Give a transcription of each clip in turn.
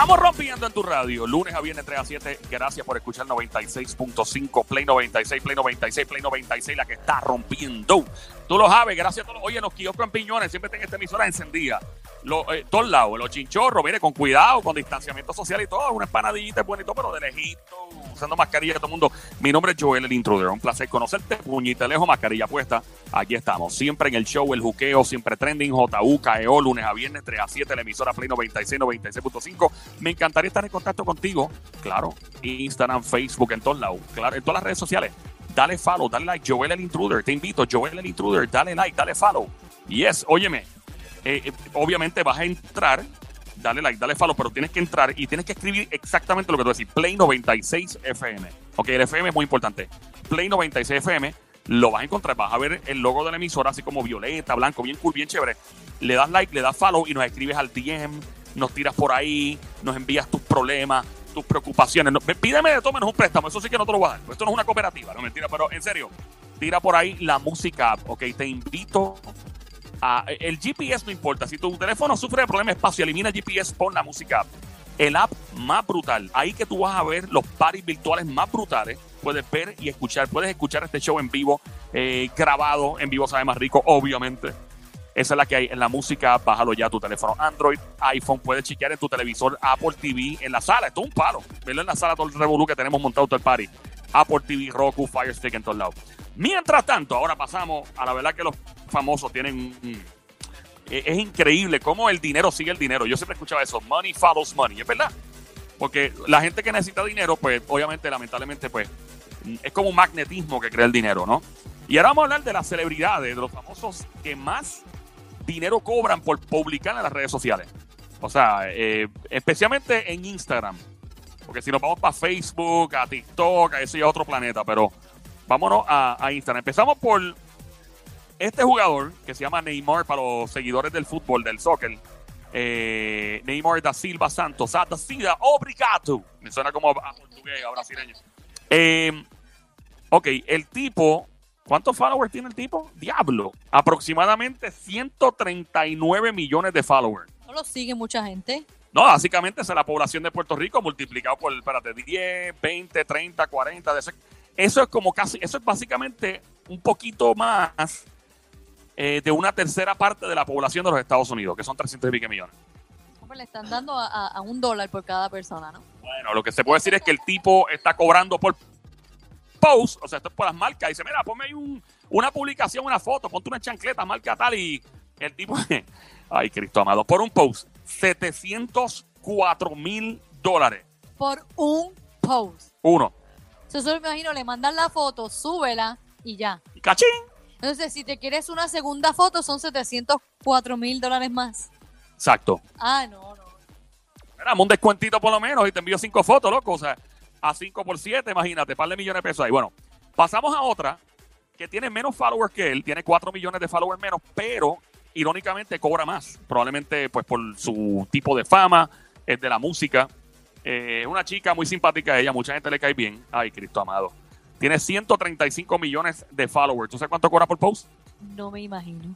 Estamos rompiendo en tu radio, lunes a viernes 3 a 7. Gracias por escuchar 96.5, Play 96, Play 96, Play 96, la que está rompiendo. Tú lo sabes, gracias a todos. Oye, los kioscos en Piñones siempre tienen esta emisora encendida. Todos lados, los chinchorros, mire, con cuidado, con distanciamiento social y todo. Una empanadillita bonito, pero de lejito, usando mascarilla todo el mundo. Mi nombre es Joel, el intruder. Un placer conocerte. Puñita lejos, mascarilla puesta. Aquí estamos. Siempre en el show, el juqueo, siempre trending. JU, KEO, lunes a viernes, 3 a 7, la emisora Play 96, 96.5. Me encantaría estar en contacto contigo. Claro, Instagram, Facebook, en todos lados. Claro, en todas las redes sociales. Dale follow, dale like. Joel, el intruder. Te invito, Joel, el intruder. Dale like, dale follow. Yes, óyeme. Obviamente vas a entrar, dale like, dale follow, pero tienes que entrar y tienes que escribir exactamente lo que tú decís, Play 96 FM. Ok, el FM es muy importante. Play 96 FM, lo vas a encontrar, vas a ver el logo de la emisora, así como violeta, blanco, bien cool, bien chévere. Le das like, le das follow y nos escribes al DM, nos tiras por ahí, nos envías tus problemas, tus preocupaciones. Pídeme de todo menos un préstamo, eso sí que no te lo voy a dar. Esto no es una cooperativa, no mentira, pero en serio, tira por ahí la música app, ok, te invito. El GPS no importa. Si tu teléfono sufre de problemas de espacio, elimina el GPS, pon la música app. El app más brutal. Ahí que tú vas a ver los parties virtuales más brutales. Puedes ver y escuchar. Puedes escuchar este show en vivo, grabado. En vivo sabe más rico, obviamente. Esa es la que hay en la música app. Bájalo ya a tu teléfono Android, iPhone. Puedes chequear en tu televisor Apple TV en la sala. Esto es un palo. Verlo en la sala, todo el revolú que tenemos montado todo el party. Apple TV, Roku, Fire Stick en todos lados. Mientras tanto, ahora pasamos a la verdad que los famosos tienen... es increíble cómo el dinero sigue el dinero. Yo siempre escuchaba eso, money follows money, es verdad. Porque la gente que necesita dinero, pues obviamente, lamentablemente, pues es como un magnetismo que crea el dinero, ¿no? Y ahora vamos a hablar de las celebridades, de los famosos que más dinero cobran por publicar en las redes sociales. O sea, especialmente en Instagram. Porque si nos vamos para Facebook, a TikTok, a ese ya otro planeta, pero vámonos a Instagram. Empezamos por este jugador que se llama Neymar para los seguidores del fútbol, del soccer. Neymar da Silva Santos. Da Silva, obrigado. Me suena como a portugués, a brasileño. Ok, el tipo, ¿cuántos followers tiene el tipo? Diablo. Aproximadamente 139 millones de followers. No lo sigue mucha gente. No, básicamente es la población de Puerto Rico multiplicado por, 10, 20, 30, 40. Eso es como casi, eso es básicamente un poquito más de una tercera parte de la población de los Estados Unidos, que son 300 y pico millones. Pues le están dando a $1 por cada persona, ¿no? Bueno, lo que se puede decir es que el tipo está cobrando por post, o sea, esto es por las marcas. Dice, mira, ponme ahí una publicación, una foto, ponte una chancleta, marca tal, y el tipo, ay, Cristo amado, por un post, $704,000. Por un post. Uno. Entonces, me imagino, le mandan la foto, súbela y ya. Y ¡cachín! Entonces, si te quieres una segunda foto, son $704,000 más. Exacto. Ah, no. Dame un descuentito por lo menos y te envío 5 fotos, loco. O sea, a 5 por 7, imagínate, par de millones de pesos ahí. Bueno, pasamos a otra que tiene menos followers que él, tiene 4 millones de followers menos, pero irónicamente cobra más. Probablemente pues por su tipo de fama, es de la música. Es una chica muy simpática ella, mucha gente le cae bien. Ay, Cristo amado. Tiene 135 millones de followers. ¿Tú sabes cuánto cobra por post? No me imagino.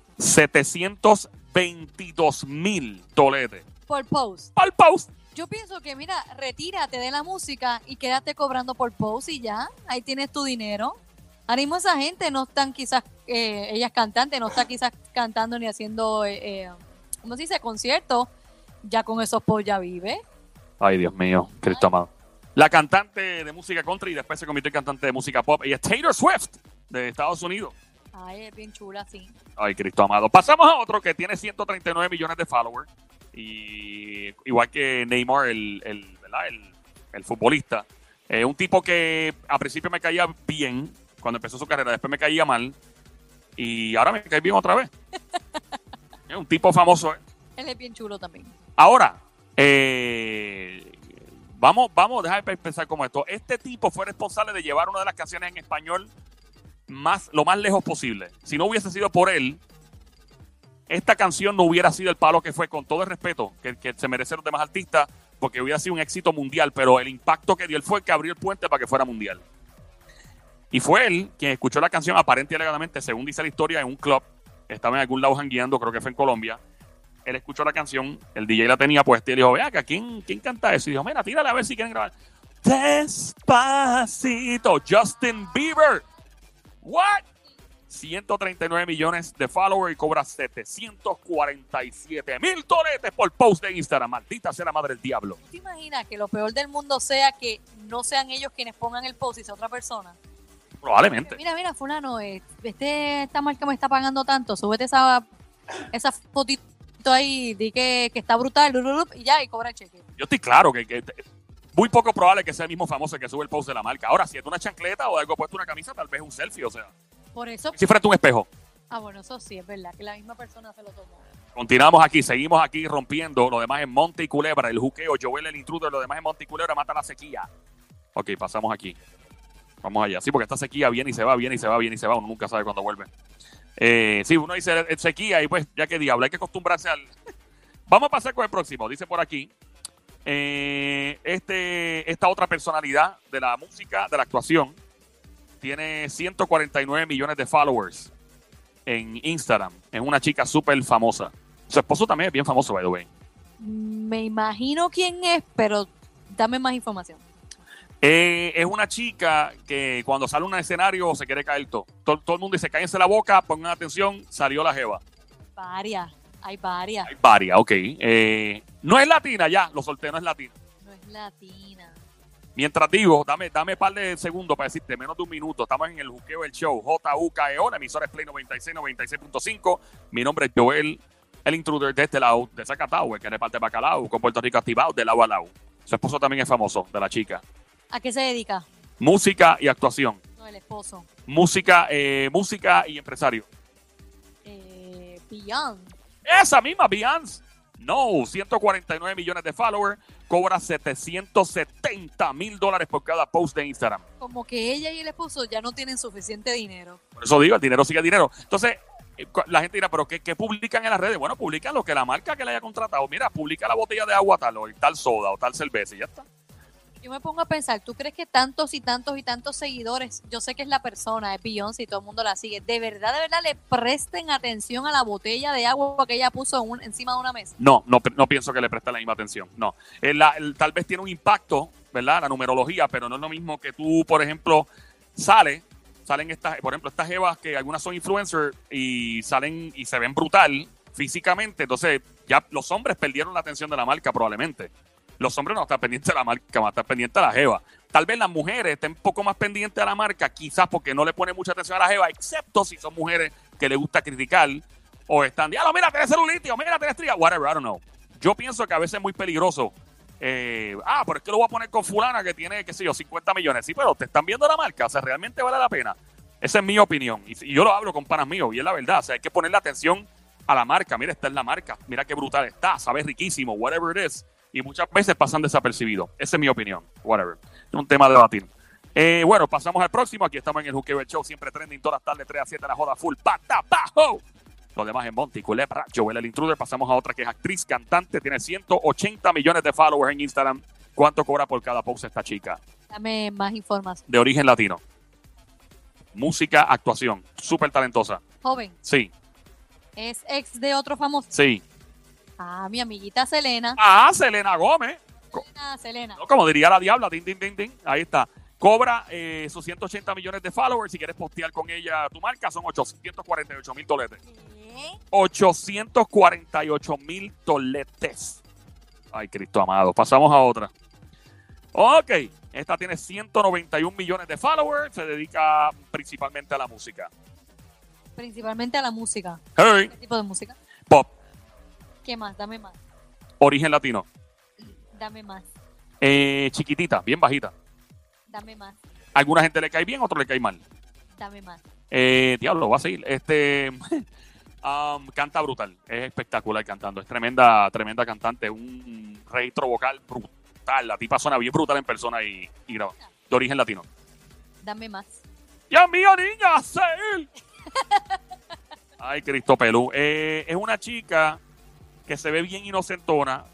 $722,000. Por post. Por post. Yo pienso que, mira, retírate de la música y quédate cobrando por post y ya. Ahí tienes tu dinero. Ahora mismo esa gente no están quizás, ella es cantante, no está quizás cantando ni haciendo, ¿cómo se dice? Conciertos. Ya con esos posts ya vive. Ay, Dios mío, Cristo amado. La cantante de música country y después se convirtió en cantante de música pop. Ella es Taylor Swift, de Estados Unidos. Ay, es bien chula, sí. Ay, Cristo amado. Pasamos a otro que tiene 139 millones de followers. Y igual que Neymar, el futbolista. Un tipo que a principio me caía bien cuando empezó su carrera. Después me caía mal. Y ahora me cae bien otra vez. Es un tipo famoso. Él es bien chulo también. Ahora, vamos, déjame pensar como esto. Este tipo fue responsable de llevar una de las canciones en español lo más lejos posible. Si no hubiese sido por él, esta canción no hubiera sido el palo que fue, con todo el respeto que se merecen los demás artistas, porque hubiera sido un éxito mundial, pero el impacto que dio él fue el que abrió el puente para que fuera mundial. Y fue él quien escuchó la canción aparente y alegadamente, según dice la historia, en un club. Estaba en algún lado jangueando, creo que fue en Colombia. él escuchó la canción, el DJ la tenía puesta y le dijo, vea acá, ¿quién canta eso? Y dijo, mira, tírale a ver si quieren grabar. Despacito, Justin Bieber. What? 139 millones de followers y cobra 747,000 toletes por post de Instagram. Maldita sea la madre del diablo. ¿Te imaginas que lo peor del mundo sea que no sean ellos quienes pongan el post y sea otra persona? Probablemente. Mira, fulano, esta marca me está pagando tanto, súbete esa fotito ahí, di que está brutal, y ya, y cobra el cheque. Yo estoy claro que muy poco probable que sea el mismo famoso que sube el post de la marca. Ahora, si es una chancleta o algo puesto una camisa, tal vez un selfie, o sea. Por eso. Si frente a un espejo. Bueno, eso sí, es verdad, que la misma persona se lo tomó. Continuamos aquí, seguimos aquí rompiendo. Lo demás en Monte y Culebra, el juqueo, Joel el intruder, lo demás en Monte y Culebra, mata la sequía. Ok, pasamos aquí. Vamos allá. Sí, porque esta sequía viene y se va, viene y se va, viene y se va. Uno nunca sabe cuándo vuelve. Sí, uno dice sequía y pues, ya que diablo, hay que acostumbrarse al... Vamos a pasar con el próximo. Dice por aquí, esta otra personalidad de la música, de la actuación, tiene 149 millones de followers en Instagram. Es una chica súper famosa. Su esposo también es bien famoso, by the way. Me imagino quién es, pero dame más información. Es una chica que cuando sale a un escenario se quiere caer todo. Todo el mundo dice, cállense la boca, pongan atención, salió la jeva. Hay varias. Hay varias, ok. No es latina ya, lo solté, no es latina. No es latina. Mientras digo, dame un par de segundos para decirte, menos de un minuto. Estamos en el juqueo del show, JUKEO, la emisora es Play 96, 96.5. Mi nombre es Joel, el intruder de este lado, de Zacatau, el que reparte bacalao, con Puerto Rico activado, de lado a lado. Su esposo también es famoso, de la chica. ¿A qué se dedica? Música y actuación. No, el esposo. Música y empresario. Beyoncé. Esa misma, Beyoncé. No, 149 millones de followers, cobra $770,000 por cada post de Instagram. Como que ella y el esposo ya no tienen suficiente dinero. Por eso digo, el dinero sigue dinero. Entonces, la gente dirá, ¿pero qué publican en las redes? Bueno, publican lo que la marca que le haya contratado. Mira, publica la botella de agua tal, o tal soda, o tal cerveza, y ya está. Yo me pongo a pensar, ¿tú crees que tantos y tantos y tantos seguidores, yo sé que es la persona, es Beyoncé y todo el mundo la sigue, de verdad le presten atención a la botella de agua que ella puso encima de una mesa? No pienso que le preste la misma atención, no. Tal vez tiene un impacto, ¿verdad? La numerología, pero no es lo mismo que tú, por ejemplo, salen por ejemplo, estas jevas que algunas son influencers y salen y se ven brutal físicamente, entonces ya los hombres perdieron la atención de la marca probablemente. Los hombres no están pendientes de la marca, van a estar pendientes de la jeva. Tal vez las mujeres estén un poco más pendientes de la marca, quizás porque no le ponen mucha atención a la jeva, excepto si son mujeres que les gusta criticar o están, diablo, mira, tenés celulitio, mira, tenés estría, whatever, I don't know. Yo pienso que a veces es muy peligroso. Pero es que lo voy a poner con fulana que tiene, qué sé yo, 50 millones. Sí, pero te están viendo la marca, o sea, realmente vale la pena. Esa es mi opinión. Y yo lo hablo con panas míos, y es la verdad. O sea, hay que ponerle atención a la marca. Mira, esta es la marca. Mira qué brutal está, sabe riquísimo, whatever it is. Y muchas veces pasan desapercibidos. Esa es mi opinión. Whatever. Es un tema de debatir. Bueno, pasamos al próximo. Aquí estamos en el Juqueo del Show. Siempre trending todas las tardes, 3 a 7, la joda full. ¡Pata, bajo! Lo demás en Monte y Culebra. Joel el intruder. Pasamos a otra que es actriz, cantante. Tiene 180 millones de followers en Instagram. ¿Cuánto cobra por cada post esta chica? Dame más información. De origen latino. Música, actuación. Súper talentosa. Joven. Sí. ¿Es ex de otro famoso? Sí. Mi amiguita Selena. Selena Gómez. Selena. No, como diría la diabla, din, din, din, din. Ahí está. Cobra sus 180 millones de followers. Si quieres postear con ella tu marca, son $848,000 toletes. ¿Qué? 848,000 toletes. Ay, Cristo amado. Pasamos a otra. Ok. Esta tiene 191 millones de followers. Se dedica principalmente a la música. Principalmente a la música. Hey. ¿Qué tipo de música? Pop. ¿Qué más? Dame más. Origen latino. Dame más. Chiquitita, bien bajita. Dame más. Alguna gente le cae bien, otro le cae mal. Dame más. Diablo, va a seguir. Canta brutal. Es espectacular cantando. Es tremenda cantante. Un registro vocal brutal. La tipa suena bien brutal en persona y graba. De origen latino. Dame más. ¡Dios mío, niña! ¡Seguir! Ay, Cristo Pelú. Es una chica que se ve bien inocentona,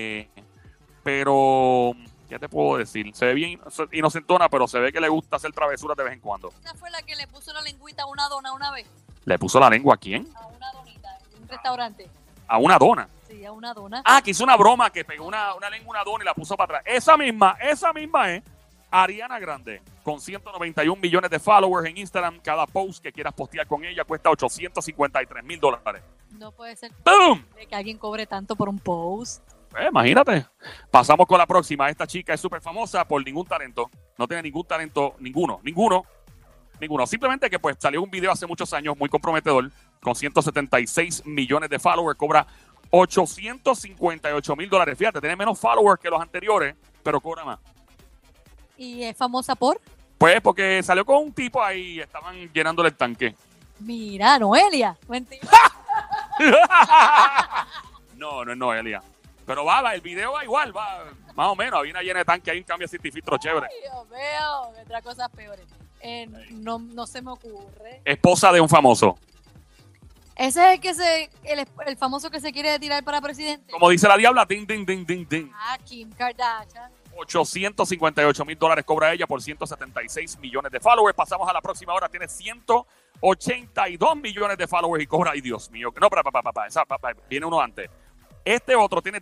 pero, ¿qué te puedo decir? Se ve bien inocentona, pero se ve que le gusta hacer travesuras de vez en cuando. ¿Esa fue la que le puso la lengüita a una dona una vez? ¿Le puso la lengua a quién? A una donita en un restaurante. A una dona. Sí, a una dona. Ah, que hizo una broma, que pegó una lengua a una dona y la puso para atrás. Esa misma es Ariana Grande, con 191 millones de followers en Instagram. Cada post que quieras postear con ella cuesta $853,000. No puede ser ¡Boom! que alguien cobre tanto por un post. Imagínate. Pasamos con la próxima. Esta chica es súper famosa por ningún talento. No tiene ningún talento, ninguno. Simplemente que pues salió un video hace muchos años muy comprometedor con 176 millones de followers. Cobra $858,000. Fíjate, tiene menos followers que los anteriores, pero cobra más. ¿Y es famosa por? Pues porque salió con un tipo ahí y estaban llenándole el tanque. Mira, Noelia. Mentira. No es Noelia. Pero el video va igual, va más o menos. Había una llena de tanque ahí, un cambio así filtro chévere. Ay, Dios mío, vendrá cosas peores. No se me ocurre. Esposa de un famoso. Ese es el famoso que se quiere tirar para presidente. Como dice la diabla, ding, ding, ding, ding, ding. Ah, Kim Kardashian. $858,000 cobra ella por 176 millones de followers. Pasamos a la próxima hora. Tiene 182 millones de followers y cobra, ay Dios mío. No, viene uno antes. Este otro tiene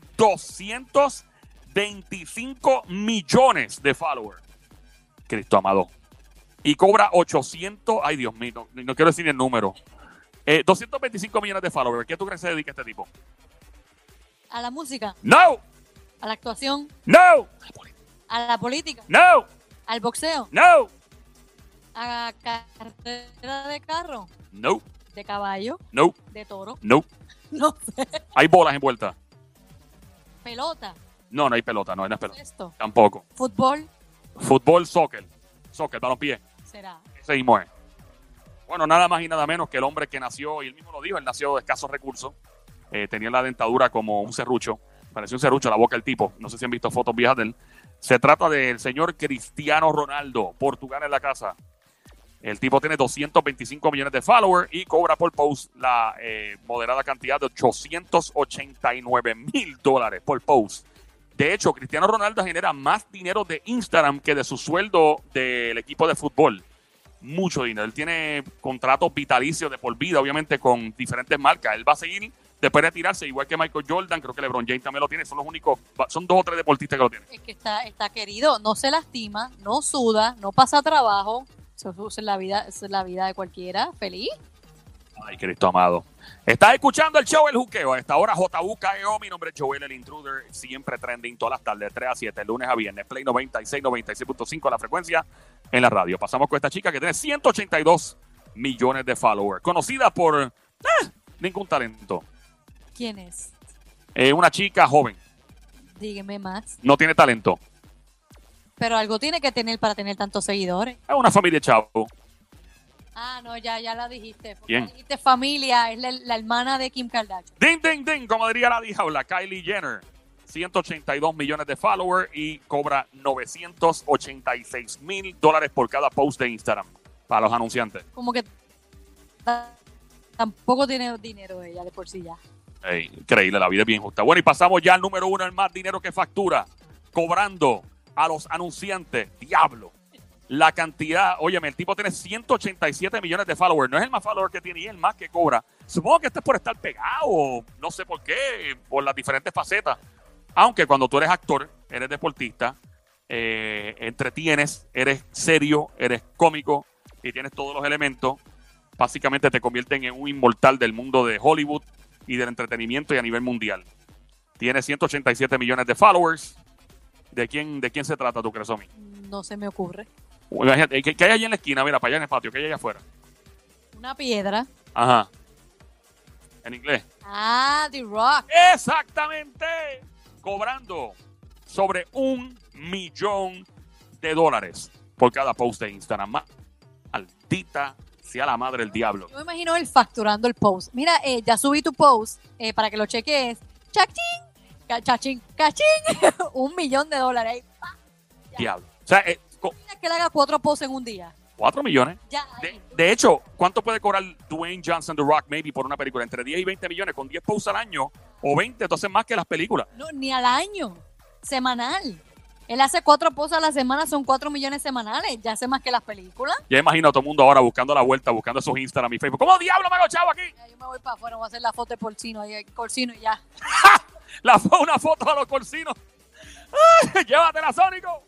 225 millones de followers. Cristo amado. Y cobra 800, ay Dios mío, no quiero decir el número. 225 millones de followers. ¿Qué tú crees que se dedica este tipo? A la música. No. A la actuación. No. A la política. No. Al boxeo. No. A carrera de carro. No. De caballo. No. De toro. No. No sé. Hay bolas envueltas. Pelota. No hay pelota, no es pelota. Esto. Tampoco. Fútbol. Fútbol, soccer, balompié. Será. Ese mismo es. Bueno, nada más y nada menos que el hombre que nació, y él mismo lo dijo, él nació de escasos recursos. Tenía la dentadura como un serrucho. Parecía un serrucho la boca del tipo. No sé si han visto fotos viejas de él. Se trata del señor Cristiano Ronaldo, Portugal en la casa. El tipo tiene 225 millones de followers y cobra por post la moderada cantidad de $889,000 por post. De hecho, Cristiano Ronaldo genera más dinero de Instagram que de su sueldo del equipo de fútbol. Mucho dinero. Él tiene contratos vitalicios de por vida, obviamente, con diferentes marcas. Él va a seguir después de retirarse, igual que Michael Jordan. Creo que LeBron James también lo tiene. Son los únicos, son 2 o 3 deportistas que lo tienen. Es que está querido. No se lastima, no suda, no pasa trabajo. Eso es la vida de cualquiera. Feliz. Ay, Cristo amado. Estás escuchando el show El Juqueo. A esta hora, JUKEO. Mi nombre es Joel, el intruder. Siempre trending todas las tardes, 3 a 7, lunes a viernes. Play 96, 96.5 la frecuencia en la radio. Pasamos con esta chica que tiene 182 millones de followers. Conocida por ningún talento. ¿Quién es? Una chica joven. Dígame más. No tiene talento. Pero algo tiene que tener para tener tantos seguidores. Es una familia chavo. Ah, no, ya la dijiste. ¿Quién? Dijiste familia, es la hermana de Kim Kardashian. Ding, ding, ding, como diría la diabla, Kylie Jenner. 182 millones de followers y cobra $986,000 por cada post de Instagram para los anunciantes. Como que tampoco tiene dinero ella de por sí ya. Hey, increíble, la vida es bien justa. Bueno, y pasamos ya al número 1, el más dinero que factura, cobrando a los anunciantes. Diablo. La cantidad, óyeme, el tipo tiene 187 millones de followers. No es el más follower que tiene y es el más que cobra. Supongo que esto es por estar pegado, no sé por qué, por las diferentes facetas. Aunque cuando tú eres actor, eres deportista, entretienes, eres serio, eres cómico y tienes todos los elementos, básicamente te convierten en un inmortal del mundo de Hollywood y del entretenimiento y a nivel mundial. Tiene 187 millones de followers. ¿De quién se trata tú, Cresomi? No se me ocurre. Imagínate, ¿qué hay allí en la esquina? Mira, para allá en el patio, ¿qué hay allá afuera? Una piedra. Ajá. En inglés. Ah, The Rock. Exactamente. Cobrando sobre $1 millón por cada post de Instagram. Maldita sea la madre del diablo. Yo me imagino él facturando el post. Mira, ya subí tu post para que lo cheques. ¡Chachín! ¡Cachín! ¡Cachín! $1 millón. Diablo. O sea, Mira que le haga 4 posts en un día. 4 millones. Ya. De hecho, ¿cuánto puede cobrar Dwayne Johnson, The Rock, maybe, por una película? Entre 10 y 20 millones, con 10 posts al año, o 20, entonces más que las películas. No, ni al año. Semanal. Él hace 4 posts a la semana, son 4 millones semanales. Ya hace más que las películas. Ya imagino a todo el mundo ahora buscando la vuelta, buscando sus Instagram y Facebook. ¿Cómo diablo me hago chavo aquí? Ya, yo me voy para afuera, voy a hacer la foto de Porcino, ahí, Corsino y ya. Una foto a los corcinos. Llévatela, Sónico.